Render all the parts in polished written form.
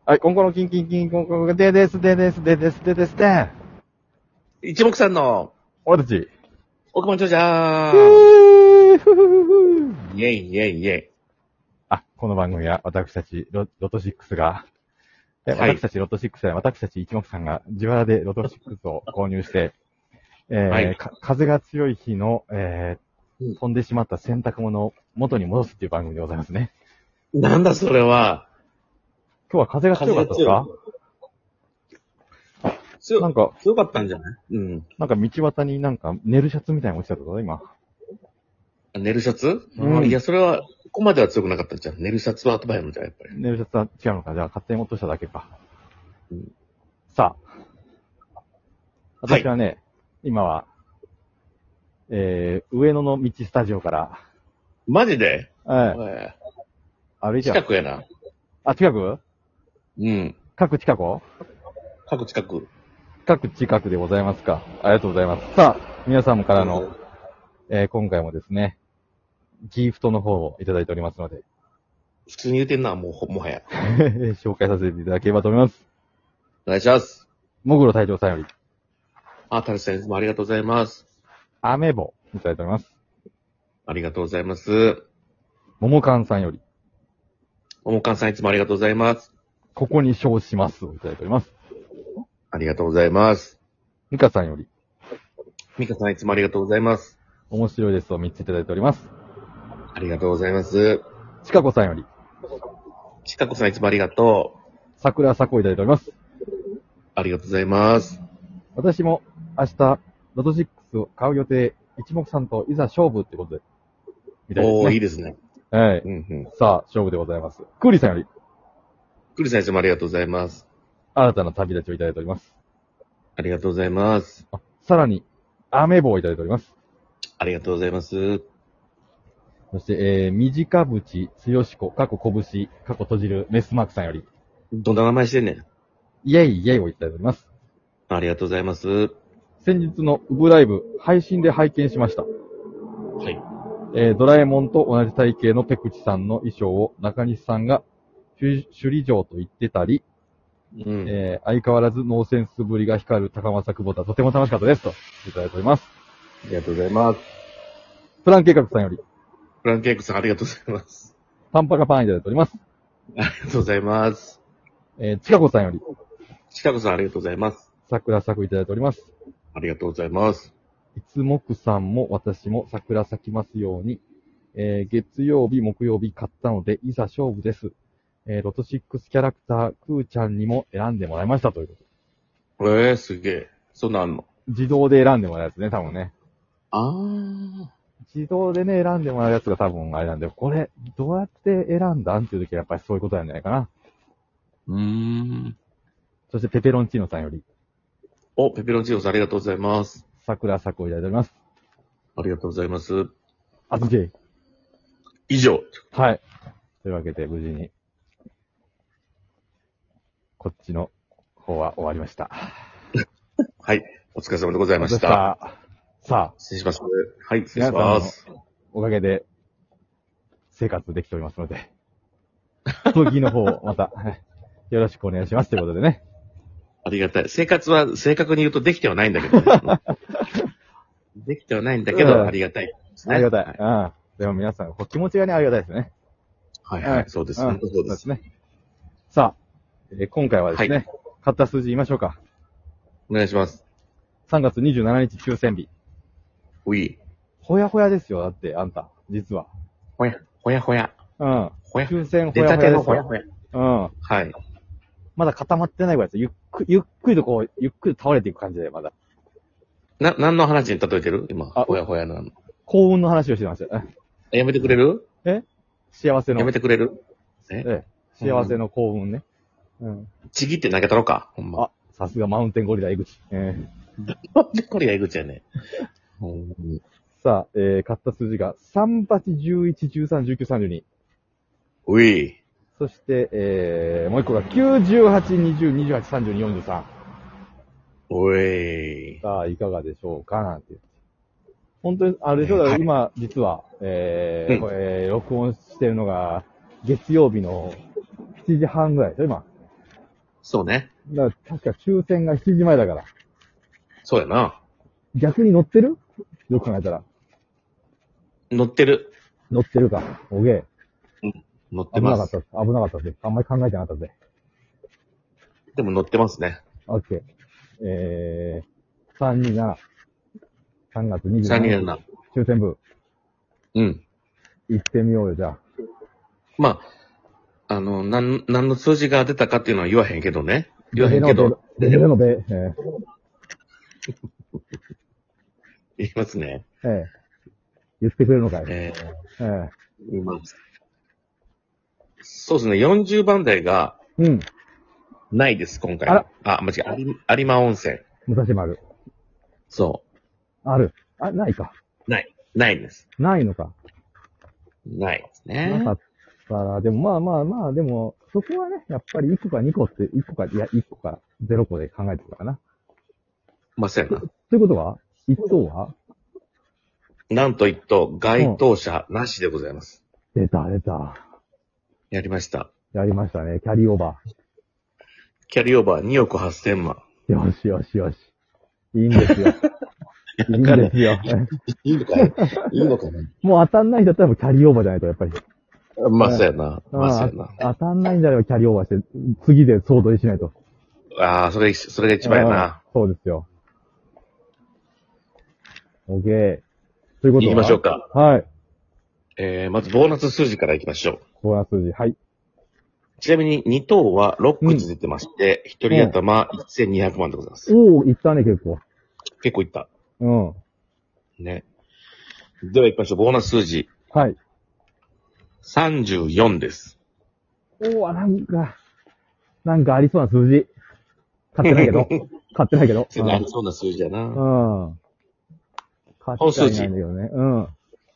はい、コンコロキンキンキンコンコロでですでですでですでですで。 一目散の俺たち。 億万長者イェイイェイイェイ。 あ、この番組は私たちロト6が、 はい私たちロト6や私たち一目散が自腹でロト6を購入して、 はい。 風が強い日の、 うん飛んでしまった洗濯物を元に戻すっていう番組でございますね。 なんだそれは。 今日は風が強かったですか？なんか、 強かったんじゃない？うん。 なんか道端になんか寝るシャツみたいなの落ちてたぞ、今。 寝るシャツ？ うんいや、それは、ここまでは強くなかったんじゃん。寝るシャツは後早いのじゃん、やっぱり。 寝るシャツは違うのか。じゃあ勝手に落としただけか。 うん、 さあ。 はい私はね、今は、上野の道スタジオから、 マジで？ 歩いて近くやな。 あ、近く？ うん。 各近く？ 各近く。 各近くでございますか。ありがとうございます。さあ、皆様からの、今回もですね、ギフトの方をいただいておりますので、 普通に言うてんな、もはや。 紹介させていただければと思います。 お願いします。 もぐろ隊長さんより、 あ、タルさんいつもありがとうございます。 アメボいただいております。 ありがとうございます。 ももかんさんより、 おもかんさんいつもありがとうございます。 ここに称しますをいただいております。 ありがとうございます。 ミカさんより、 ミカさんいつもありがとうございます。 面白いですを3ついただいております。 ありがとうございます。 ちかこさんより、 ちかこさんいつもありがとう。 桜さこいただいております。 ありがとうございます。 私も明日、ロト6を買う予定、一目さんといざ勝負ってことで、みたいですね。 おー、いいですね。 はい。 うんうん。 さあ、勝負でございます。クーリーさんより、 クリさんいつもありがとうございます。 新たな旅立ちをいただいております。 ありがとうございます。 さらに、アメボをいただいております。 ありがとうございます。 そして、短渕剛子、過去拳、過去閉じる、メスマークさんより、 どんな名前してんねん。 イェイイェイをいただいております。 ありがとうございます。 先日のウブライブ、配信で拝見しました。 はい。 ドラえもんと同じ体型のペクチさんの衣装を中西さんが首里城と言ってたり、 うん。 相変わらずノーセンスぶりが光る高政久保田、とても楽しかったです。と、いただいております。 ありがとうございます。 プラン計画さんより、 フランケークさんありがとうございます。 パンパカパンいただいております。 ありがとうございます。 ちかこさんより、 ちかこさんありがとうございます。 桜咲くいただいております。 ありがとうございます。 いつもくさんも私も桜咲きますように、月曜日、木曜日買ったので、いざ勝負です。ロト6キャラクター、クーちゃんにも選んでもらいましたということ。 すげえ。そんなんあんの？ 自動で選んでもらうやつね、多分ね。 あー。 自動でね、選んでもらうやつが多分あれなんで、これ、どうやって選んだんっていう時はやっぱりそういうことなんじゃないかな。そしてペペロンチーノさんより、 お、ペペロンチーノさんありがとうございます。 桜咲くをいただいております。 ありがとうございます。 あずけ。 以上。 はい。というわけで、無事に、こっちの方は終わりました。 はい。お疲れ様でございました。 さあ、 失礼します。はい、失礼皆さんのします。 おかげで生活できておりますので、続きの方、また、よろしくお願いしますということでね。 ありがたい。生活は正確に言うとできてはないんだけどね。できてはないんだけど、ありがたいですね。 ありがたい。うん。でも皆さん、気持ちがね、ありがたいですね。 はいはい。そうです。本当そうです。 ね。さあ、今回はですね、買った数字言いましょうか。 お願いします。 3月27日抽選日。 うい。 ほやほやですよ、だって、あんた、実は。 ほや、ほやほや。 うん。 ほや。 抽選ほ出たてやほやですよ。 のほやほや。 うん。 はい。 まだ固まってないぐらいですよ。ゆっくりとこう、ゆっくり倒れていく感じで、まだ。 何の話に例えてる今、 あほやほやなの。 幸運の話をしてましたよ。 やめてくれる？ 幸せの。 やめてくれる？ 幸せの幸運ね。うん。 ちぎって投げたろか。ほんま。 あ、さすがマウンテンゴリラ江口。 で、これが江口やね。 さあ、買った数字が3、8、11、13、19、32。 うい。 そして、もう一個が9、18、20、28、32、43。 おい。 さあ、いかがでしょうかなんていう。本当に、あれでしょ、 はい今、実は、これ、録音してるのが、月曜日の7時半ぐらいでしょ、今。 そうね。 だから確か抽選が7時前だから。 そうやな。 逆に乗ってる？よく考えたら。 乗ってる。 乗ってるか。おげ乗ってます。 危なかったです。危なかったです。あんまり考えてなかったぜ。 でも乗ってますね。 オッケー。327。3月27日。 327。 抽選部。 うん。 行ってみようよ、じゃあ。 まあ、何の数字が出たかっていうのは言わへんけどね。言わへんけど。 ベベのベ。 言いますね。 言ってくれるのかい。 言います。そうですね。40番台がうん。 ないです、今回。 あら。 間違え、有馬温泉。 武蔵丸。 そある。あ、ないか。 う。ないです。 ないのか。 ないですね。 なかったら、でもまあ、でも、そこはね、やっぱり1個か2個って、1個か、いや、1個か0個で考えてるからな。 まあ、そうやな。 ということは ?1 等はなんと一等、該当者なしでございます。 出た。 やりました。 やりましたね。キャリーオーバキャリーオーバー2億8000万。 ー。よし。いいんですよ。いいんですよ。 いいのかいいいのかなもう当たんないんだったらもうキャリーオーバーじゃないと、やっぱり。 まあ、そうやな。まあ、そうやな。 当たんないんだればキャリーオーバーして、次で総取りしないと。 ああ、それが一番やな。 そうですよ。オッケー。ということは行きましょうか。 はい。 まずボーナス数字から行きましょう。 ボーナス数字。はい。 ちなみに2等は6く出てまして、1人頭1200万でございます。 おー、いったね、結構。 結構いった。 うん。 ね。では行きましょう。ボーナス数字。 はい。 34です。 おー、なんかありそうな数字。買ってないけど。 ありそうな数字やな。 うん。買ってはいないんだけどね。うん。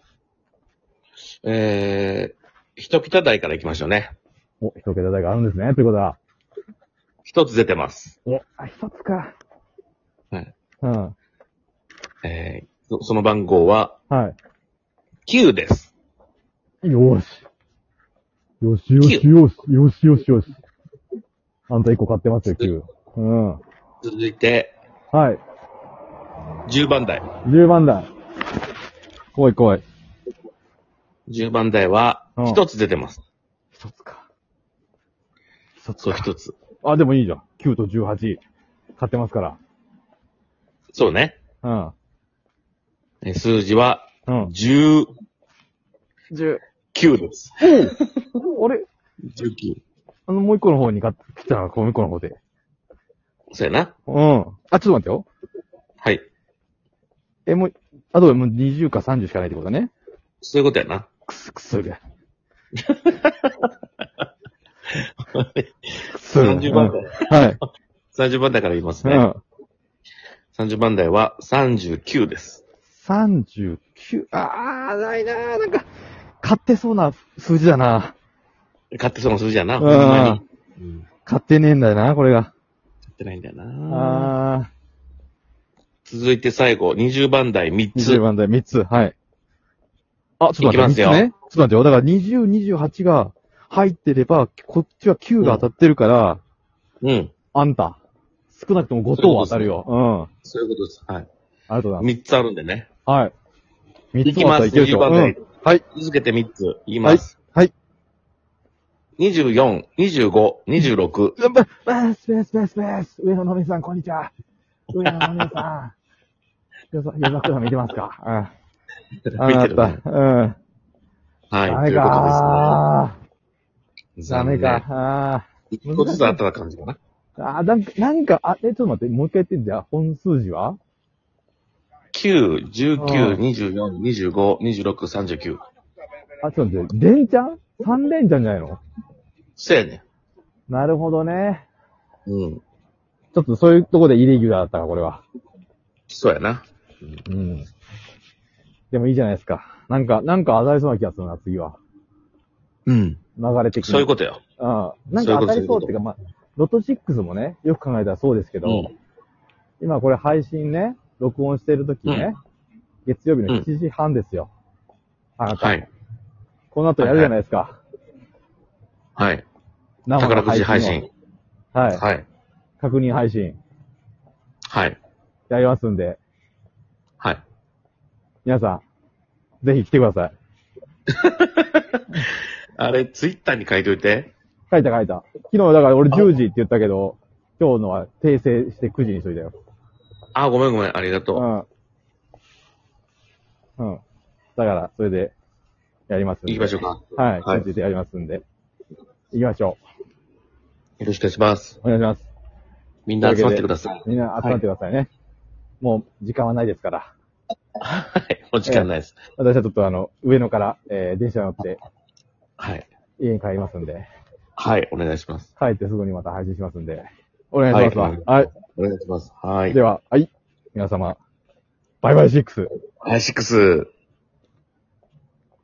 一桁台から行きましょうね。 お、一桁台があるんですね。ということは。 一つ出てます。 お、一つか。 はい。 うん。 その番号はは 9です。 い。よし。あんた一個買ってますよ、9。うん。 続いて、 はい。 10番台。 10番台。来い。 10番台は一つ出てます。 一つか。 そう、一つ。 あ、でもいいじゃん。9と18。買ってますから。 そうね。 うん。 数字はうん。 19 10。 です。 あれ 19。 もう一個の方に買ってきたら、もう一個の方で。 そうやな。 うん。あ、ちょっと待ってよ。 はい。 もう、あともう20か30しかないってことだね。 そういうことやな。 くすが。 30番台。 はい。 30番台から言いますね。 うん。 30番台は39です。 39。ないなー。なんか、買ってそうな数字だな。 買ってそうな数字やな。 うんほんまに。うん。 買ってねえんだよな、これが。 買ってないんだよな。 あ続いて最後、20番台3つ。 20番台3つ。はい。あ、ちょっと待って。 いきますよ 3つね。ちょっと待ってよ。だから20、28が入ってれば、こっちは9が当たってるから、 うん。 あんた。少なくとも5等当たるよ。うん。 そういうことです。はい。 ありがとうございます。 3つあるんでね。 はい。3 いきます。20番台。 はい。 続けて3つ。言います。 はい。 24、25、26。 スペース。上野のみさん、こんにちは。上野のみさん。夜桜さん見てますか？うん。 見てるね。 うん。 はい。 ダメということですね。 ダメか。 一個ずつあった感じかな。 なんか、ちょっと待って、もう一回言ってんじゃん。本数字は 9、19、24、25、26、39。 ちょっと待って、連チャン ?3 連チャンじゃないの？ そうやね。 なるほどね。 うん。 ちょっとそういうとこでイレギュラーだったか、これは。 そうやな。 うん。でもいいじゃないですか。なんか当たりそうな気がするな、次は。 うん。 流れ的に。 そういうことよ。 なんか当たりそうっていうか、まあ、ロト6もね、よく考えたらそうですけど、今これ配信ね、録音してるときね、月曜日の7時半ですよ。あなた。 はい。 この後やるじゃないですか。 はい。 生の宝くじ配信。 はい。 はい。 確認配信はい。 やりますんで、 はい。 皆さん、ぜひ来てください。 あれ、ツイッターに書いといて。 書いた。昨日だから俺10時って言ったけど、今日のは訂正して9時にしといたよ。 あ、ごめん。ありがとうん。だから、それで、やりますんう。 で。 行きましょうか。 はい。 はい 9時でやりますんで。行きましょよろしくお願いします。 う。お願いします。 みんな集まってください。 みんな集まってくださいね。もう、時間はないですから。 はい。お時間ないです。 私はちょっと上野から、電車乗ってはい。 家に帰りますんで、 はい。お願いします。 帰ってすぐにまた配信しますんで、お願いしますわ。 はいはい。 お願いします。はい。 では、はい。皆様、バイバイ6。 はい、6。